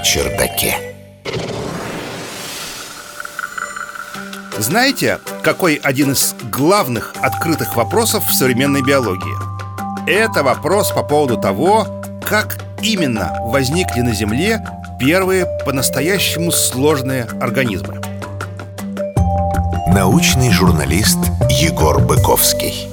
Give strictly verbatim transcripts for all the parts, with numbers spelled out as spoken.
чердаке. Знаете, какой один из главных открытых вопросов в современной биологии? Это вопрос по поводу того, как именно возникли на Земле первые по-настоящему сложные организмы. Научный журналист Егор Быковский.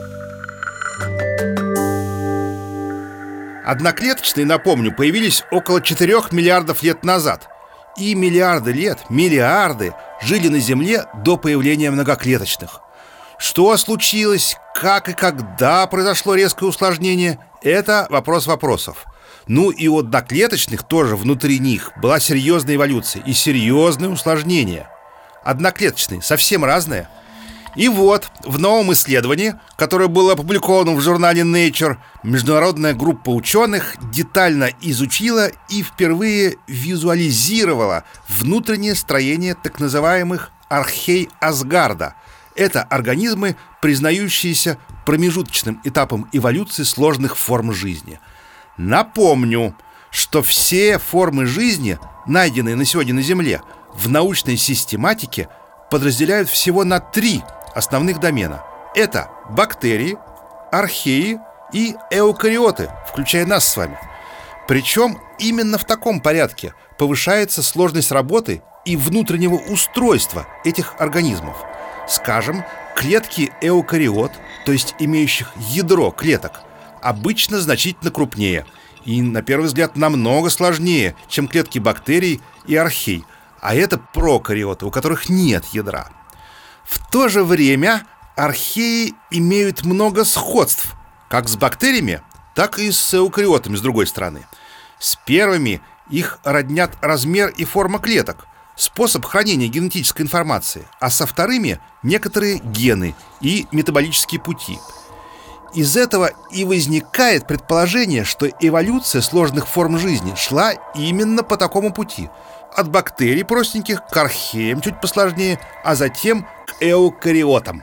Одноклеточные, напомню, появились около четырёх миллиардов лет назад. И миллиарды лет, миллиарды жили на Земле до появления многоклеточных. Что случилось, как и когда произошло резкое усложнение – это вопрос вопросов. Ну и у одноклеточных тоже внутри них была серьезная эволюция и серьезные усложнения. Одноклеточные совсем разные. И вот в новом исследовании, которое было опубликовано в журнале Nature, международная группа ученых детально изучила и впервые визуализировала внутреннее строение так называемых архей Асгарда. Это организмы, признающиеся промежуточным этапом эволюции сложных форм жизни. Напомню, что все формы жизни, найденные на сегодня на Земле, в научной систематике подразделяют всего на три основных домена. Это бактерии, археи и эукариоты, включая нас с вами. Причем именно в таком порядке повышается сложность работы и внутреннего устройства этих организмов. Скажем, клетки эукариот, то есть имеющих ядро клеток, обычно значительно крупнее и, на первый взгляд, намного сложнее, чем клетки бактерий и архей. А это прокариоты, у которых нет ядра. В то же время археи имеют много сходств, как с бактериями, так и с эукариотами, с другой стороны. С первыми их роднят размер и форма клеток, способ хранения генетической информации, а со вторыми некоторые гены и метаболические пути. Из этого и возникает предположение, что эволюция сложных форм жизни шла именно по такому пути. От бактерий простеньких к археям чуть посложнее, а затем к эукариотам.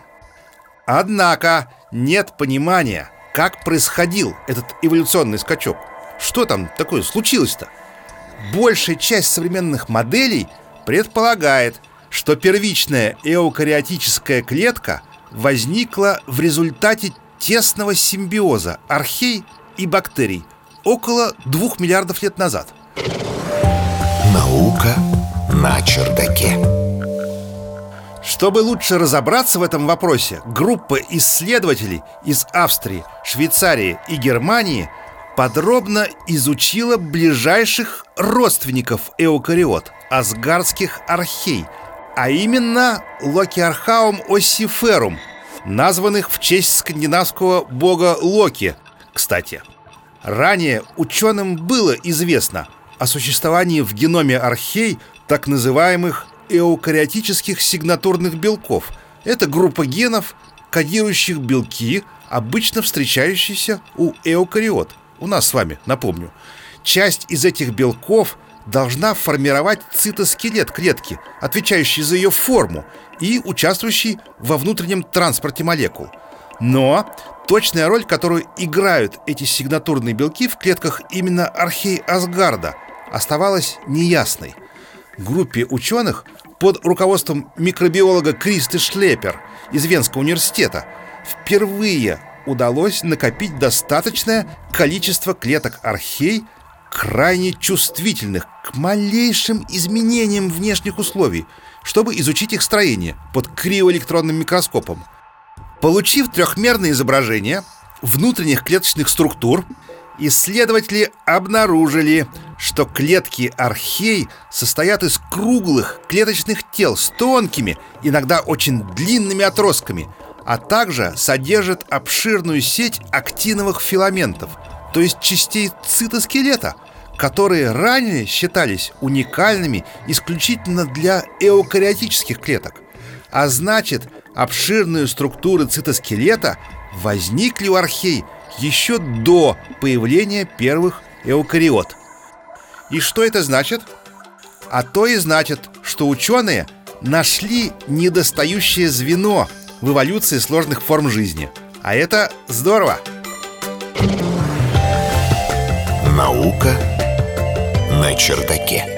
Однако нет понимания, как происходил этот эволюционный скачок. Что там такое случилось-то? Большая часть современных моделей предполагает, что первичная эукариотическая клетка возникла в результате тесного симбиоза архей и бактерий около двух миллиардов лет назад. Наука на чердаке. Чтобы лучше разобраться в этом вопросе, группа исследователей из Австрии, Швейцарии и Германии подробно изучила ближайших родственников эукариот, асгардских архей, а именно Локиархаум оссиферум, названных в честь скандинавского бога Локи, кстати. Ранее ученым было известно о существовании в геноме архей так называемых эукариотических сигнатурных белков. Это группа генов, кодирующих белки, обычно встречающиеся у эукариот. У нас с вами, напомню. Часть из этих белков должна формировать цитоскелет клетки, отвечающий за ее форму и участвующий во внутреннем транспорте молекул. Но точная роль, которую играют эти сигнатурные белки в клетках именно архей Асгарда, оставалась неясной. Группе ученых под руководством микробиолога Кристы Шлепер из Венского университета впервые удалось накопить достаточное количество клеток архей, крайне чувствительных к малейшим изменениям внешних условий, чтобы изучить их строение под криоэлектронным микроскопом. Получив трехмерное изображение внутренних клеточных структур, исследователи обнаружили, что клетки архей состоят из круглых клеточных тел с тонкими, иногда очень длинными отростками, а также содержат обширную сеть актиновых филаментов, то есть частей цитоскелета, которые ранее считались уникальными исключительно для эукариотических клеток. А значит, обширные структуры цитоскелета возникли у архей еще до появления первых эукариот. И что это значит? А то и значит, что ученые нашли недостающее звено в эволюции сложных форм жизни. А это здорово! Наука На чердаке.